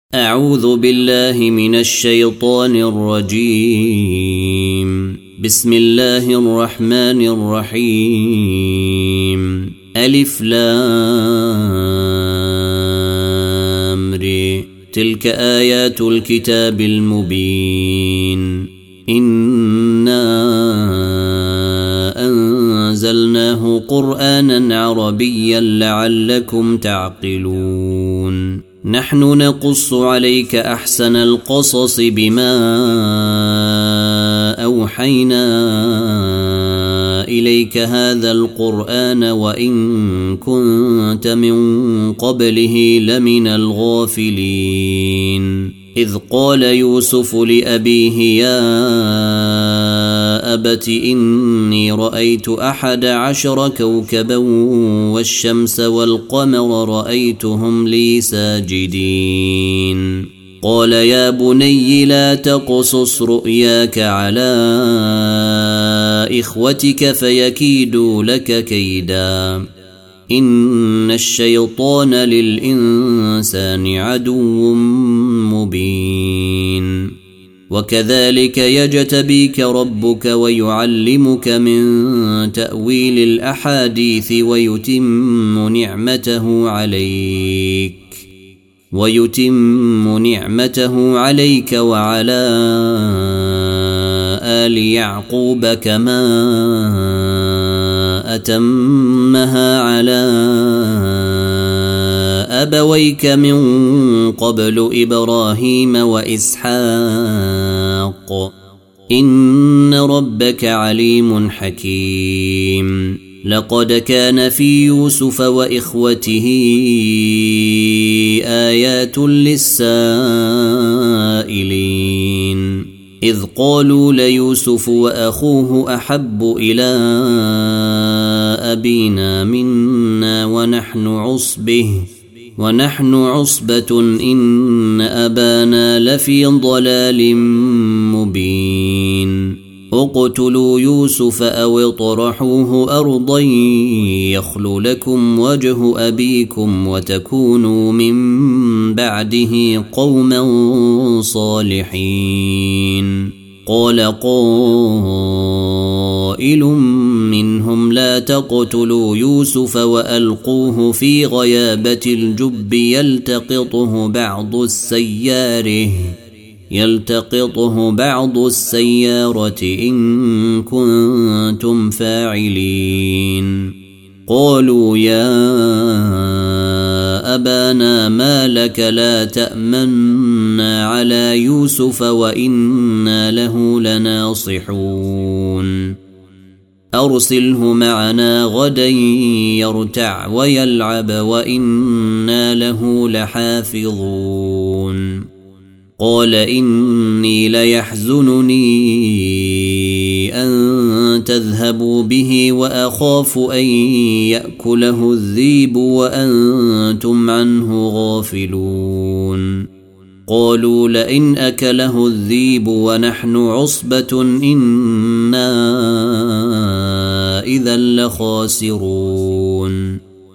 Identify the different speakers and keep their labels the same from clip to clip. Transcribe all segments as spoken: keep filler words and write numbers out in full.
Speaker 1: أعوذ بالله من الشيطان الرجيم. بسم الله الرحمن الرحيم. ألف لام ر. تلك آيات الكتاب المبين. إنا أنزلناه قرآنا عربيا لعلكم تعقلون. نحن نقص عليك أحسن القصص بما أوحينا إليك هذا القرآن وإن كنت من قبله لمن الغافلين. إذ قال يوسف لأبيه يا أبت إني رأيت أحد عشر كوكبا والشمس والقمر رأيتهم لي ساجدين. قال يا بني لا تقصص رؤياك على إخوتك فيكيدوا لك كيدا إن الشيطان للإنسان عدو مبين. وكذلك يجتبيك ربك ويعلمك من تأويل الأحاديث ويتم نعمته عليك ويتم نعمته عليك وعلى آل يعقوب كما أتمها على أبويك من قبل إبراهيم وإسحاق إن ربك عليم حكيم. لقد كان في يوسف وإخوته آيات للسائلين. إذ قالوا ليوسف وأخوه أحب إلى أبينا منا ونحن عصبه ونحن عصبة إن أبانا لفي ضلال مبين. اقتلوا يوسف أو اطرحوه أرضا يخل لكم وجه أبيكم وتكونوا من بعده قوما صالحين. قال قائل منهم لا تقتلوا يوسف وألقوه في غيابة الجب يلتقطه بعض السيارة يلتقطه بعض السيارة إن كنتم فاعلين. قالوا يا أبانا ما لك لا تأمنا على يوسف وإنا له لناصحون. أرسله معنا غدا يرتع ويلعب وإنا له لحافظون. قال إني ليحزنني أن تذهبوا به وأخاف أن يأكله الذيب وأنتم عنه غافلون. قالوا لئن أكله الذيب ونحن عصبة إنا إذا لخاسرون.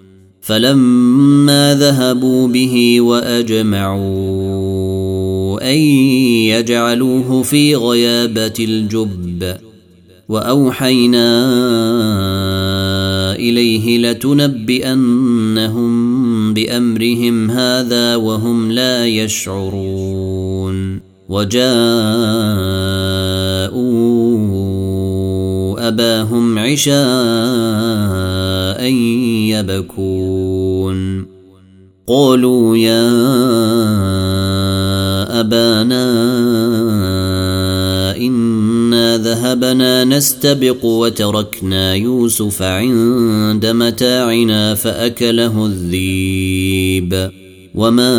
Speaker 1: فلما ذهبوا به وأجمعوا أن يجعلوه في غيابة الجب وأوحينا إليه لتنبئنهم بأمرهم هذا وهم لا يشعرون. وجاءوا أباهم عشاء يبكون. قالوا يا أبانا إنا ذهبنا نستبق وتركنا يوسف عند متاعنا فأكله الذيب وما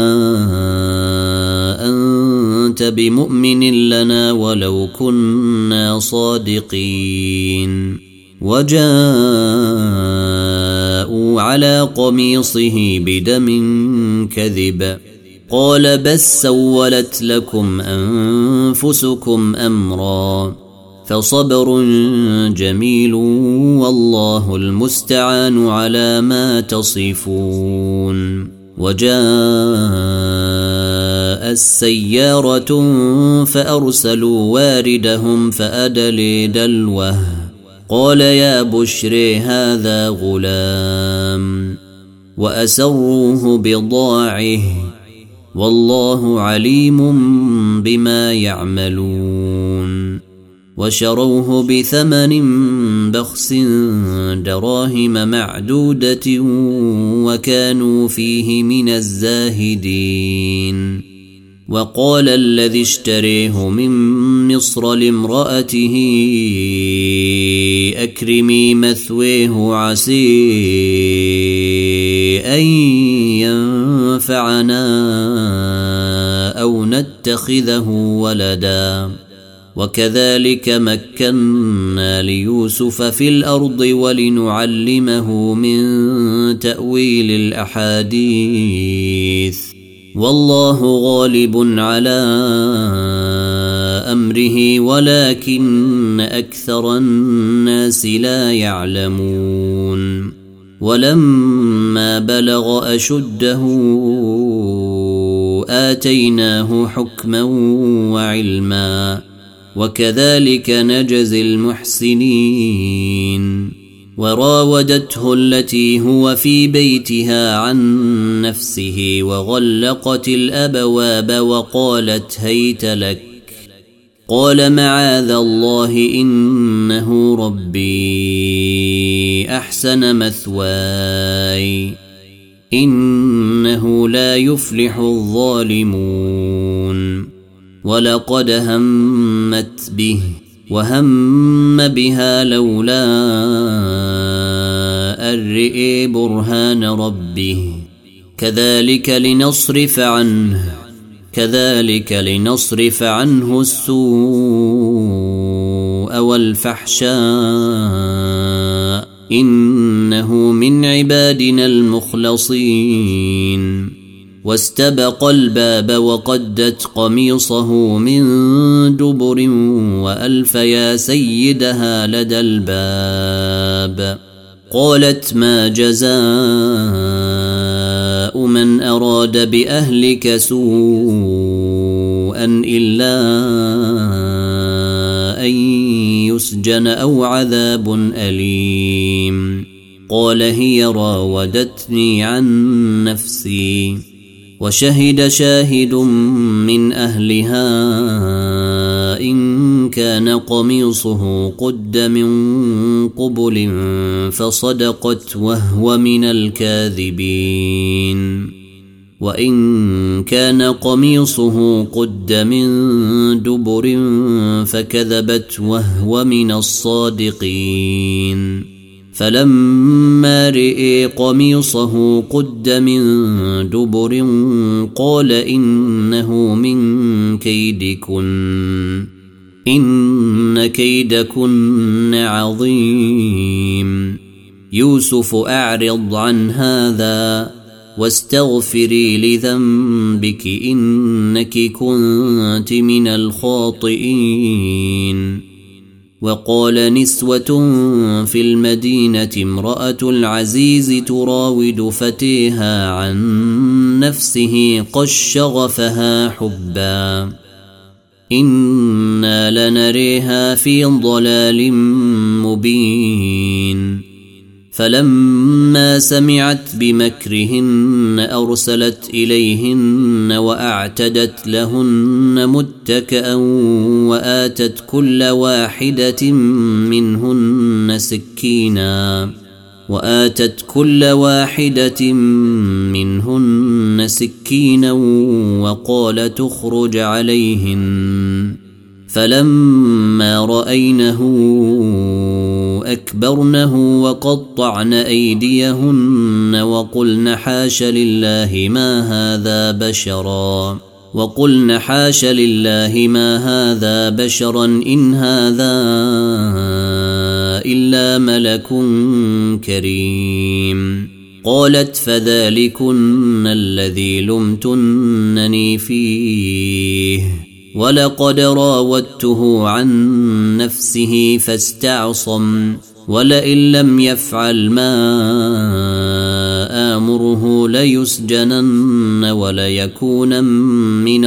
Speaker 1: أنت بمؤمن لنا ولو كنا صادقين. وجاءوا على قميصه بدم كذب قال بس سولت لكم أنفسكم أمرا فصبر جميل والله المستعان على ما تصفون. وجاء سيارة فأرسلوا واردهم فأدلي دلوه قال يا بشري هذا غلام وأسروه بضاعه والله عليم بما يعملون وشروه بثمن بخس دراهم معدودة وكانوا فيه من الزاهدين وقال الذي اشتريه من مصر لامرأته أكرمي مثويه عسي أن ينفعنا أو نتخذه ولدا وكذلك مكنا ليوسف في الأرض ولنعلمه من تأويل الأحاديث والله غالب على أمره ولكن أكثر الناس لا يعلمون ولما بلغ أشده آتيناه حكما وعلما وكذلك نجزي المحسنين وراودته التي هو في بيتها عن نفسه وغلقت الأبواب وقالت هيت لك قال معاذ الله إنه ربي أحسن مثواي إنه لا يفلح الظالمون ولقد همت به وهم بها لولا أن رئي برهان ربه كذلك لنصرف عنه كذلك لنصرف عنه السوء والفحشاء إنه من عبادنا المخلصين واستبق الباب وقدت قميصه من دبر وألف يا سيدها لدى الباب قالت ما جزاء من أراد بأهلك سوءا إلا أن يسجن أو عذاب أليم قال هي راودتني عن نفسي وشهد شاهد من أهلها إن كان قميصه قد من قبل فصدقت وهو من الكاذبين وإن كان قميصه قد من دبر فكذبت وهو من الصادقين فلما رئي قميصه قد من دبر قال إنه من كيدكن إن كيدكن عظيم يوسف أعرض عن هذا واستغفري لذنبك إنك كنت من الخاطئين وقال نسوة في المدينة امرأة العزيز تراود فتيها عن نفسه قد شغفها حبا إنا لنريها في ضلال مبين فلما سمعت بمكرهن أرسلت إليهن وأعتدت لهن متكئا وآتت كل واحدة منهن سكينا وآتت كل واحدة منهن سكينا وقال تخرج عليهن فلما رأينه أكبرنه وقطعن أيديهن وقلن حاش لله ما هذا بشرا وقلن حاش لله ما هذا بشرا إن هذا إلا ملك كريم قالت فذلكن الذي لمتنني فيه ولقد راودته عن نفسه فاستعصم ولئن لم يفعل ما لعمره ليسجنن وليكونن من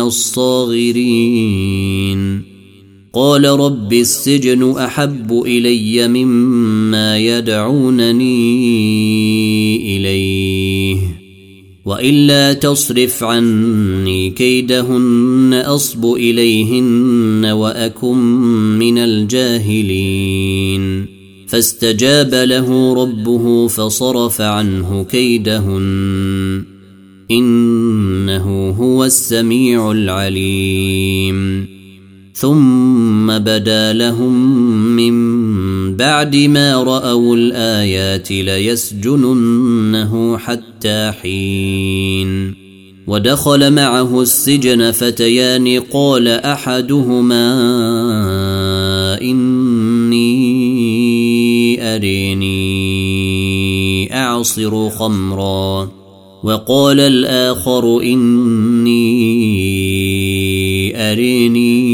Speaker 1: الصاغرين قال رب السجن أحب إلي مما يدعونني إليه وإلا تصرف عني كيدهن أصب إليهن وأكن من الجاهلين فاستجاب له ربه فصرف عنه كيدهن إنه هو السميع العليم ثم بدا لهم من بعد ما رأوا الآيات ليسجننه حتى حين ودخل معه السجن فتيان قال أحدهما إني أريني أعصر خمرا وقال الآخر إني أريني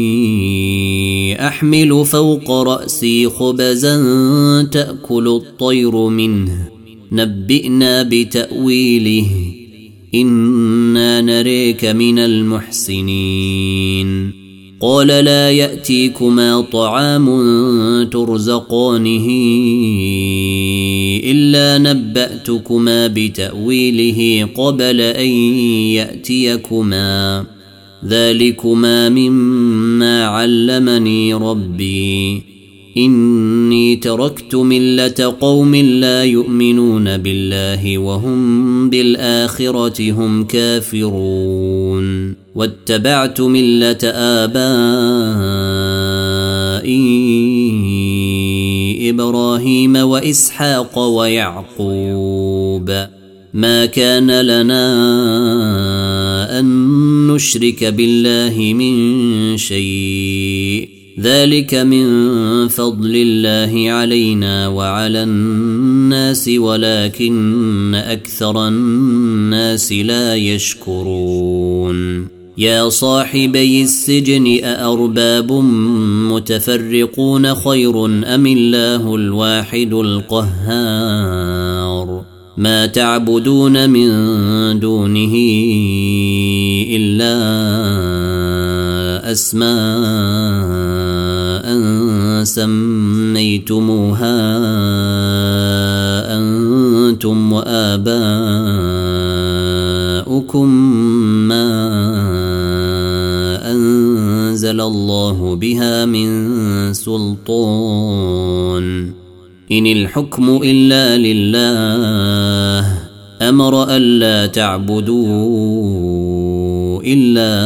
Speaker 1: أحمل فوق رأسي خبزا تأكل الطير منه نبئنا بتأويله إنا نريك من المحسنين قال لا يأتيكما طعام ترزقانه إلا نبأتكما بتأويله قبل أن يأتيكما ذلكما مما علمني ربي إني تركت ملة قوم لا يؤمنون بالله وهم بالآخرة هم كافرون واتبعت ملة آبائي إبراهيم وإسحاق ويعقوب ما كان لنا أن نشرك بالله من شيء ذلك من فضل الله علينا وعلى الناس ولكن أكثر الناس لا يشكرون يا صاحبي السجن أأرباب متفرقون خير أم الله الواحد القهار ما تعبدون من دونه إلا أسماء سميتموها أنتم وآباؤكم ما أنزل الله بها من سلطان إن الحكم إلا لله أمر ألا تعبدوا إلا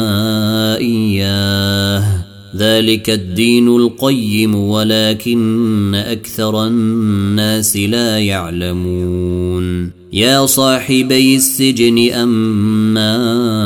Speaker 1: إياه ذلك الدين القيم ولكن أكثر الناس لا يعلمون يا صاحبي السجن أما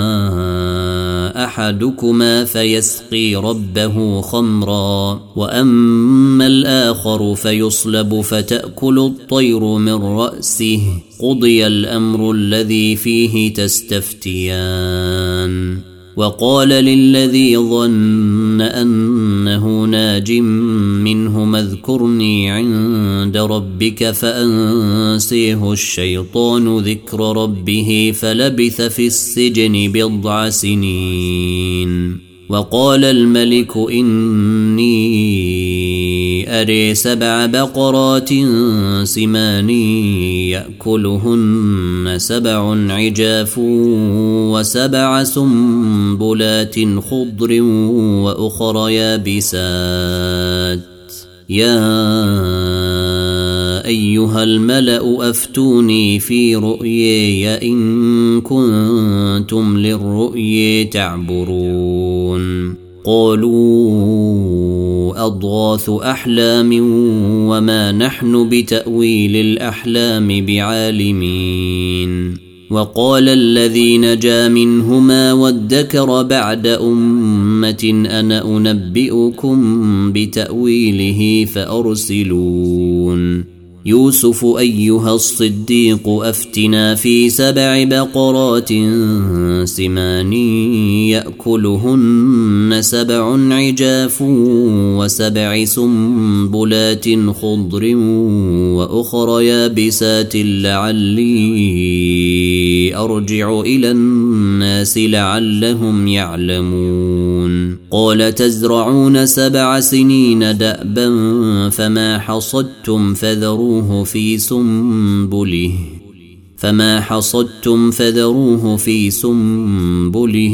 Speaker 1: أحدكما فيسقي ربه خمرا وأما الآخر فيصلب فتأكل الطير من رأسه قضي الأمر الذي فيه تستفتيان وقال للذي ظن أنه ناج منهما اذكرني عند ربك فأنسيه الشيطان ذكر ربه فلبث في السجن بضع سنين وقال الملك إني أري سبع بقرات سمان يأكلهن سبع عجاف وسبع سنبلات خضر وأخر يابسات يا أيها الملأ أفتوني في رؤياي إن كنتم للرؤيا تعبرون قالوا أضغاث أحلام وما نحن بتأويل الأحلام بعالمين وقال الذي نجا منهما وادكر بعد أمة أنا أنبئكم بتأويله فأرسلون يوسف أيها الصديق أفتنا في سبع بقرات سمان يأكلهن سبع عجاف وسبع سنبلات خضر وأخر يابسات لعلي أرجع إلى الناس لعلهم يعلمون قال تزرعون سبع سنين دأبا فما حصدتم فذروه في سنبله فما حصدتم فذروه في سنبله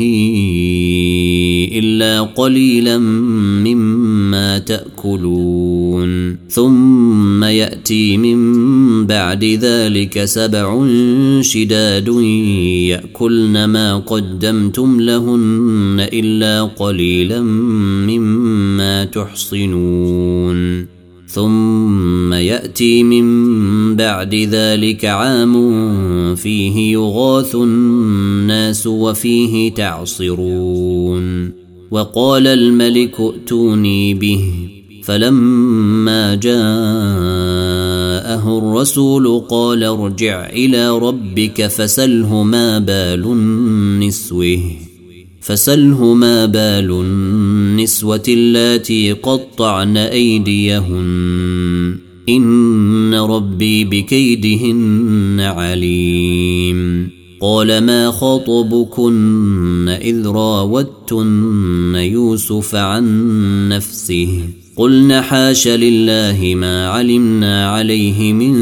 Speaker 1: إلا قليلا مما تأكلون ثم يأتي من بعد ذلك سبع شداد يأكلن ما قدمتم لهن إلا قليلا مما تحصنون ثم يأتي من بعد ذلك عام فيه يغاث الناس وفيه تعصرون وقال الملك ائتوني به فلما جاءه الرسول قال ارجع إلى ربك فسله ما بال النسوه فسله ما بال النسوة اللاتي قطعن أيديهن إن ربي بكيدهن عليم قال ما خطبكن إذ راوتن يوسف عن نفسه قلنا حاش لله ما علمنا عليه من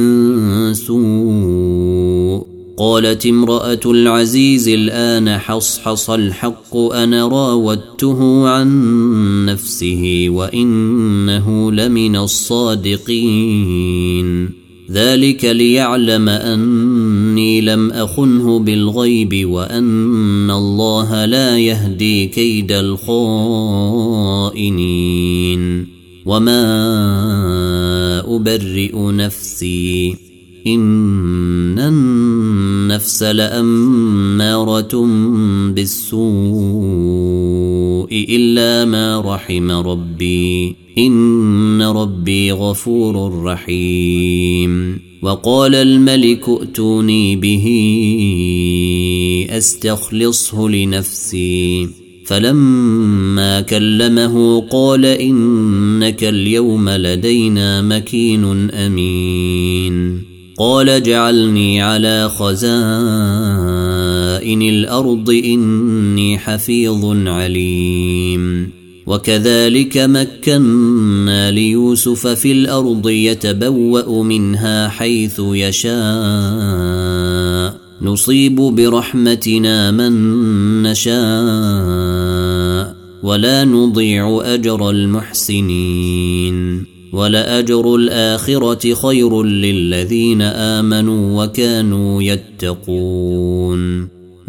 Speaker 1: سوء قالت امرأة العزيز الآن حصحص الحق أنا راودته عن نفسه وإنه لمن الصادقين ذلك ليعلم أني لم أخنه بالغيب وأن الله لا يهدي كيد الخائنين وما أبرئ نفسي إن النفس لأمارة بالسوء إلا ما رحم ربي إن ربي غفور رحيم وقال الملك ائتوني به أستخلصه لنفسي فلما كلمه قال إنك اليوم لدينا مكين أمين قال اجعلني على خزائن الأرض إني حفيظ عليم وكذلك مكنا ليوسف في الأرض يتبوأ منها حيث يشاء نصيب برحمتنا من نشاء ولا نضيع أجر المحسنين ولأجر الآخرة خير للذين آمنوا وكانوا يتقون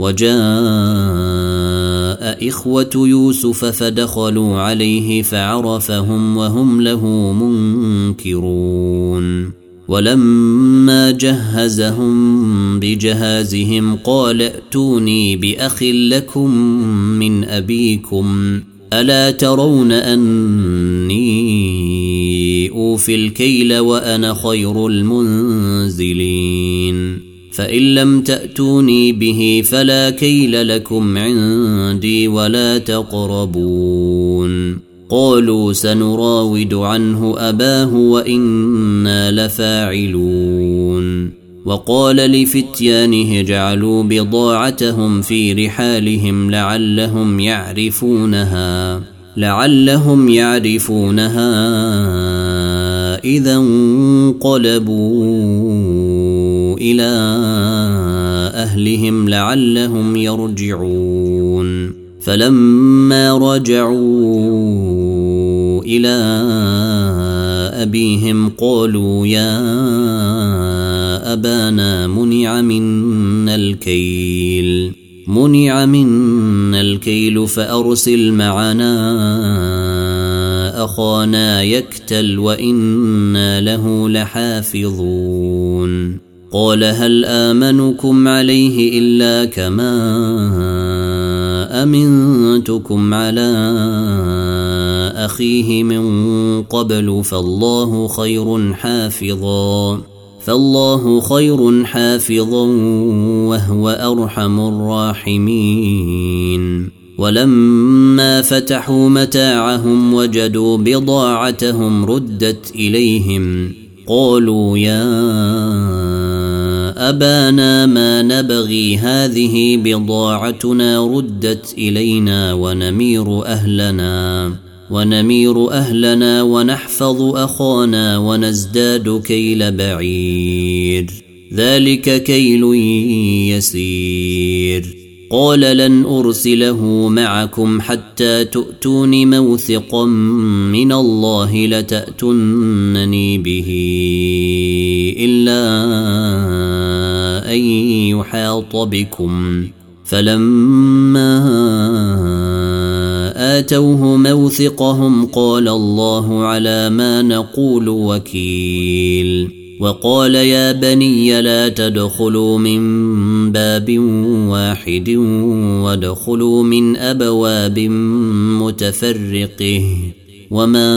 Speaker 1: وجاء إخوة يوسف فدخلوا عليه فعرفهم وهم له منكرون ولما جهزهم بجهازهم قال ائتوني بأخ لكم من أبيكم ألا ترون أني أوفي الكيل وأنا خير المنزلين فإن لم تأتوني به فلا كيل لكم عندي ولا تقربون قالوا سنراود عنه أباه وإنا لفاعلون وقال لفتيانه اجعلوا بضاعتهم في رحالهم لعلهم يعرفونها لعلهم يعرفونها إذا انقلبوا إلى أهلهم لعلهم يرجعون فلما رجعوا إلى أبيهم قالوا يا أبانا منع منا الكيل منع منا الكيل فأرسل معنا أخانا يكتل وإنا له لحافظون قال هل آمنكم عليه إلا كما أمنتكم على أخيه من قبل فالله خير حافظا فالله خير حافظا وهو أرحم الراحمين. ولما فتحوا متاعهم وجدوا بضاعتهم ردت إليهم قالوا يا أبانا ما نبغي هذه بضاعتنا ردت إلينا ونمير أهلنا ونمير أهلنا ونحفظ أخانا ونزداد كيل بعير ذلك كيل يسير. قال لن أرسله معكم حتى تؤتون موثقا من الله لتأتونني به إلا أن يحاط بكم. فلما آتوه موثقهم قال الله على ما نقول وكيل. وقال يا بني لا تدخلوا من باب واحد وادخلوا من أبواب متفرقه وما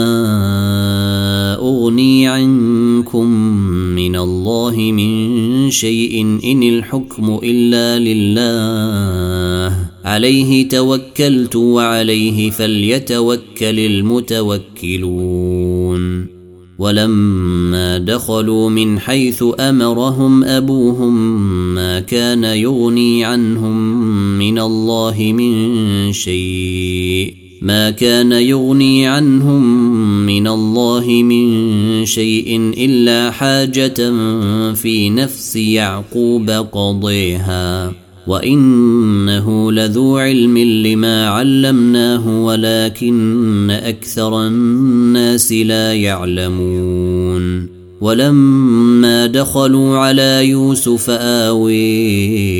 Speaker 1: أغني عنكم من الله من شيء إن الحكم إلا لله عليه توكلت وعليه فليتوكل المتوكلون. ولما دخلوا من حيث أمرهم أبوهم ما كان يغني عنهم من الله من شيء ما كان يغني عنهم من الله من شيء إلا حاجة في نفس يعقوب قضيها وإنه لذو علم لما علمناه ولكن أكثر الناس لا يعلمون. ولما دخلوا على يوسف آوي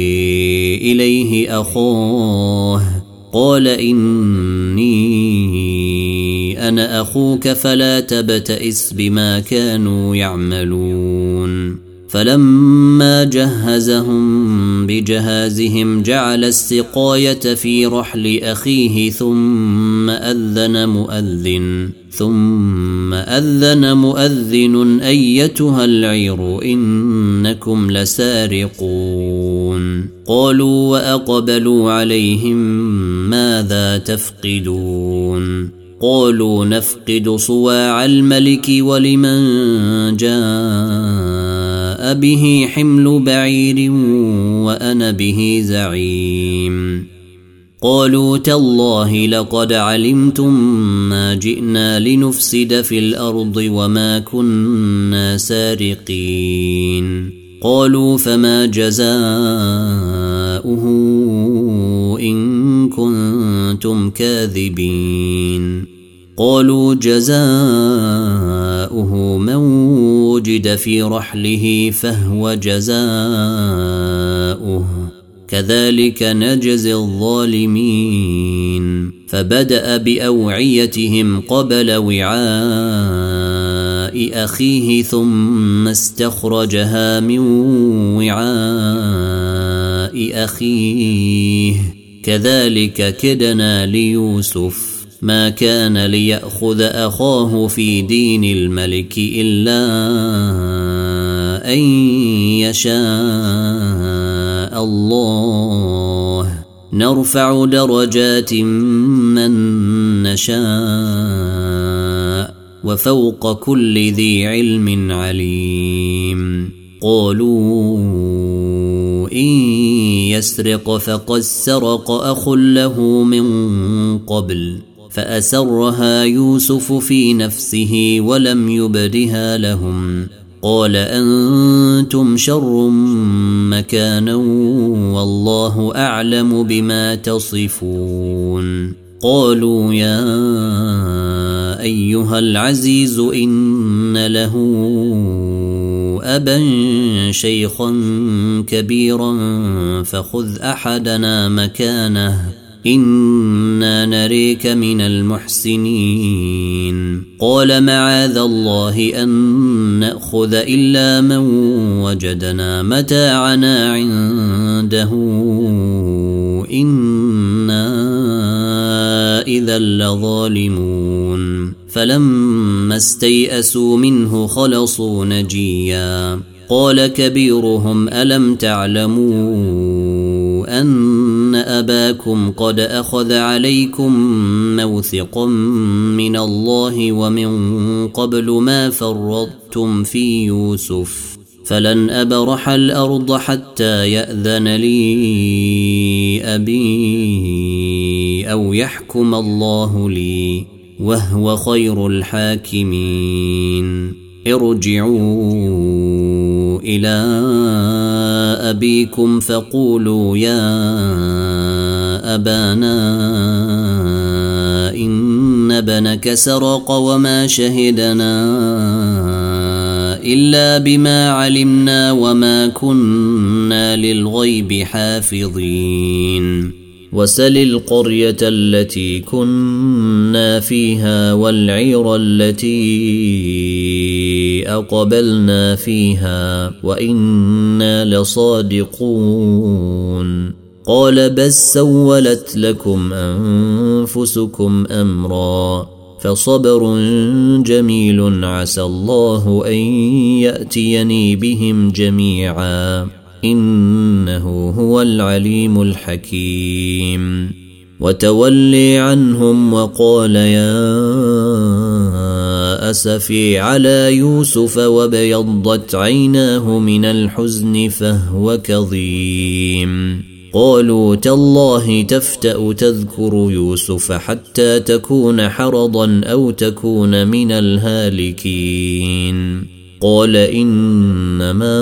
Speaker 1: إليه أخاه قال إني أنا أخوك فلا تبتئس بما كانوا يعملون. فلما جهزهم بجهازهم جعل السقاية في رحل أخيه ثم أذن مؤذن ثم أذن مؤذن أيتها العير إنكم لسارقون. قالوا وأقبلوا عليهم ماذا تفقدون قالوا نفقد صواع الملك ولمن جاء به حمل بعير وأنا به زعيم. قالوا تالله لقد علمتم ما جئنا لنفسد في الأرض وما كنا سارقين. قالوا فما جزاؤه إن كنتم كاذبين. قالوا جزاؤه من وجد في رحله فهو جزاؤه كذلك نجزي الظالمين. فبدأ بأوعيتهم قبل وعاء أخيه ثم استخرجها من وعاء أخيه كذلك كدنا ليوسف ما كان ليأخذ أخاه في دين الملك إلا أن يشاء الله نرفع درجات من نشاء وفوق كل ذي علم عليم. قالوا إن يسرق فقد سرق أخ له من قبل فأسرها يوسف في نفسه ولم يبدها لهم. قال أنتم شر مكانا والله أعلم بما تصفون. قالوا يا أيها العزيز إن له أبا شيخا كبيرا فخذ أحدنا مكانه إنا نريك من المحسنين. قال معاذ الله أن نأخذ إلا من وجدنا متاعنا عنده إنا إذا لظالمون فلما استيئسوا منه خلصوا نجيا قال كبيرهم ألم تعلموا أن أباكم قد أخذ عليكم موثقا من الله ومن قبل ما فرطتم في يوسف فلن أبرح الأرض حتى يأذن لي أبي أو يحكم الله لي وهو خير الحاكمين ارجعوا إلى أبيكم فقولوا يا أبانا إن ابنك سرق وما شهدنا إلا بما علمنا وما كنا للغيب حافظين وسل القرية التي كنا فيها والعير التي أقبلنا فيها وإنا لصادقون قال بس سولت لكم أنفسكم أمرا فصبر جميل عسى الله أن يأتيني بهم جميعا إنه هو العليم الحكيم وتولي عنهم وقال يا أسفي على يوسف وابيضت عيناه من الحزن فهو كظيم قالوا تالله تفتأ تذكر يوسف حتى تكون حرضا أو تكون من الهالكين قال إنما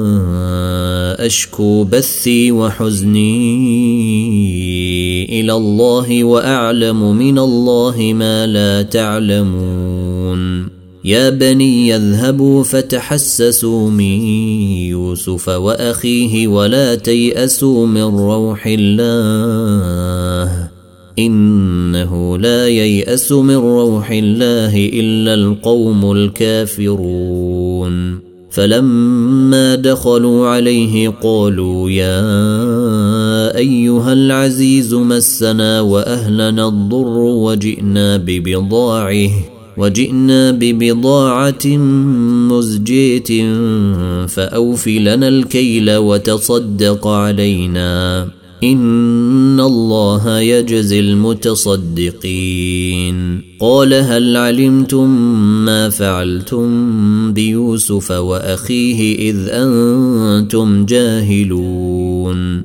Speaker 1: أشكو بثي وحزني إلى الله وأعلم من الله ما لا تعلمون يا بني اذهبوا فتحسسوا من يوسف وأخيه ولا تيأسوا من روح الله إنه لا ييأس من روح الله إلا القوم الكافرون فلما دخلوا عليه قالوا يا أيها العزيز مسنا وأهلنا الضر وجئنا ببضاعه وجئنا ببضاعة مزجية فأوف لنا الكيل وتصدق علينا إن الله يجزي المتصدقين قال هل علمتم ما فعلتم بيوسف وأخيه إذ أنتم جاهلون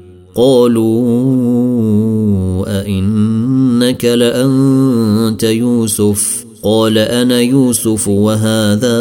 Speaker 1: قالوا أئنك لأنت يوسف قال أنا يوسف وهذا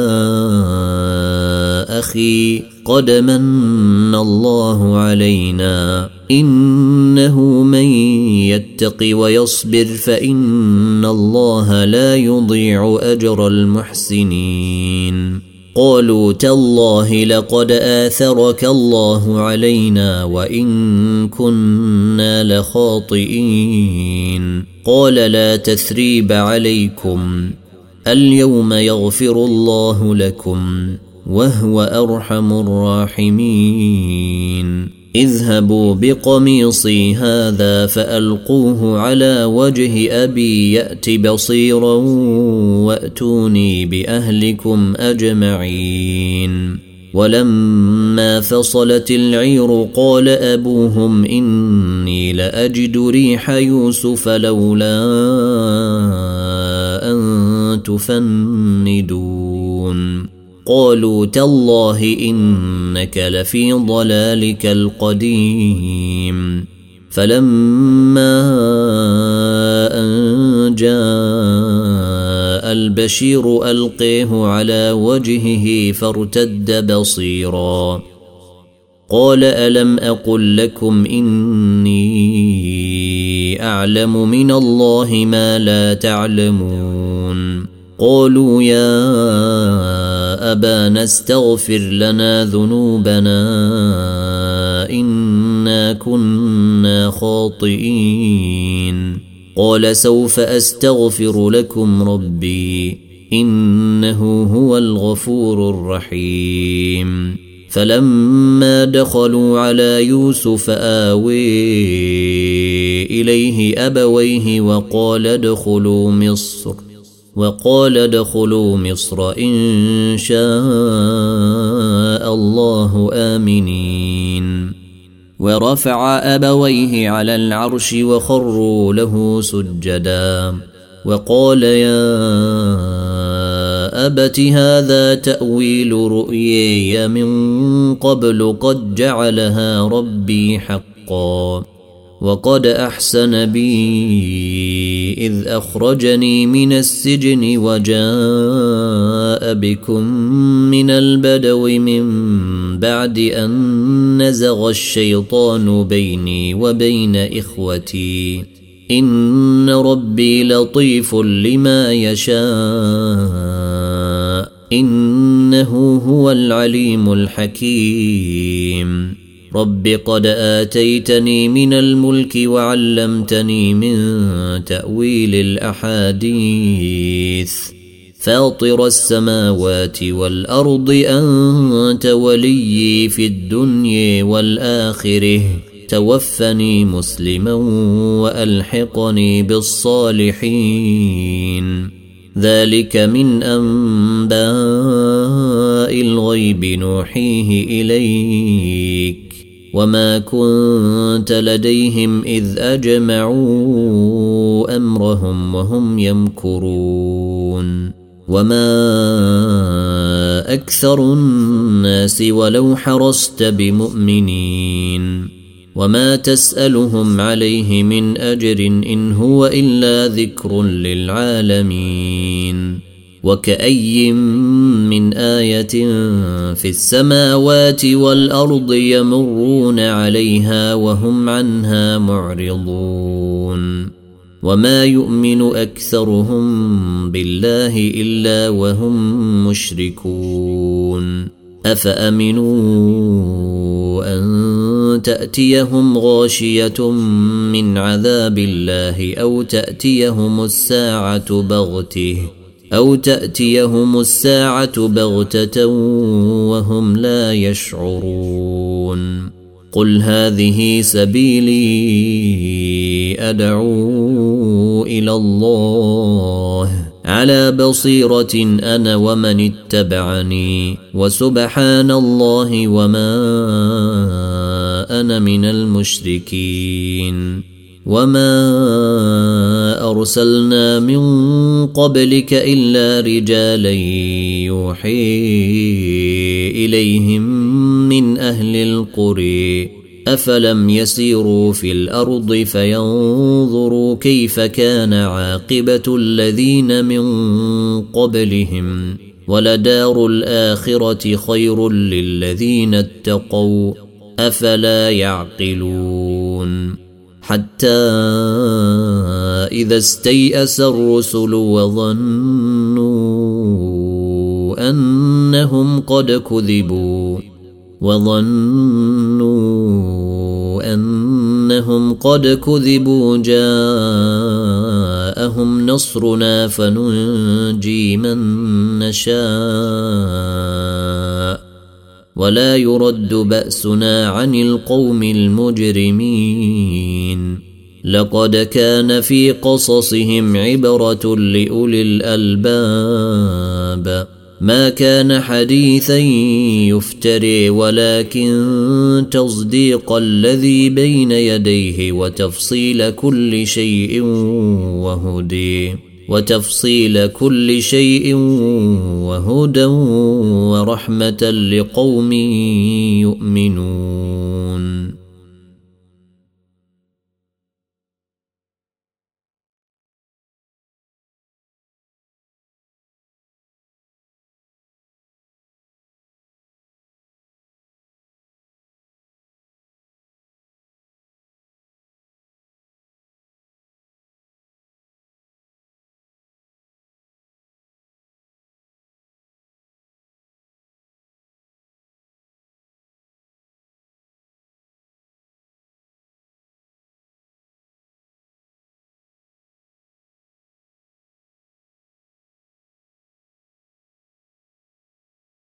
Speaker 1: أخي قد من الله علينا إنه من يتق ويصبر فإن الله لا يضيع أجر المحسنين قالوا تالله لقد آثرك الله علينا وإن كنا لخاطئين قال لا تثريب عليكم اليوم يغفر الله لكم وهو أرحم الراحمين اذهبوا بقميصي هذا فألقوه على وجه أبي يأت بصيرا وأتوني بأهلكم أجمعين ولما فصلت العير قال أبوهم إني لأجد ريح يوسف لولا أن تفندون قالوا تالله إنك لفي ضلالك القديم فلما أن جاء البشير ألقيه على وجهه فارتد بصيرا قال ألم أقل لكم إني أعلم من الله ما لا تعلمون قالوا يا أبانا استغفر لنا ذنوبنا إنا كنا خاطئين قال سوف أستغفر لكم ربي إنه هو الغفور الرحيم فلما دخلوا على يوسف آوي إليه أبويه وقال ادخلوا مصر وقال ادخلوا مصر إن شاء الله آمنين ورفع أبويه على العرش وخروا له سجدا وقال يا أبت هذا تأويل رؤياي من قبل قد جعلها ربي حقا وقد أحسن بي إذ أخرجني من السجن وجاء بكم من البدو من بعد أن نزغ الشيطان بيني وبين إخوتي إن ربي لطيف لما يشاء إنه هو العليم الحكيم رب قد آتيتني من الملك وعلمتني من تأويل الأحاديث فاطر السماوات والأرض أنت وليي في الدنيا والآخرة توفني مسلما وألحقني بالصالحين ذلك من أنباء الغيب نوحيه إليك وما كنت لديهم إذ أجمعوا أمرهم وهم يمكرون وما أكثر الناس ولو حرصت بمؤمنين وما تسألهم عليه من أجر إن هو إلا ذكر للعالمين وكأي من آية في السماوات والأرض يمرون عليها وهم عنها معرضون وما يؤمن أكثرهم بالله إلا وهم مشركون أفأمنوا أن تأتيهم غاشية من عذاب الله أو تأتيهم الساعة بغته أو تأتيهم الساعة بغتة وهم لا يشعرون قل هذه سبيلي أدعو إلى الله على بصيرة أنا ومن اتبعني وسبحان الله وما أنا من المشركين وما أرسلنا من قبلك إلا رجالا يوحي إليهم من أهل القرى أفلم يسيروا في الأرض فينظروا كيف كان عاقبة الذين من قبلهم ولدار الآخرة خير للذين اتقوا أفلا يعقلون حتى إذا استيأس الرسل وظنوا أنهم قد كذبوا وظنوا أنهم قد كذبوا جاءهم نصرنا فننجي من نشاء ولا يرد بأسنا عن القوم المجرمين لقد كان في قصصهم عبرة لأولي الألباب ما كان حديثا يفتري ولكن تصديق الذي بين يديه وتفصيل كل شيء وهدي وتفصيل كل شيء وهدى ورحمة لقوم يؤمنون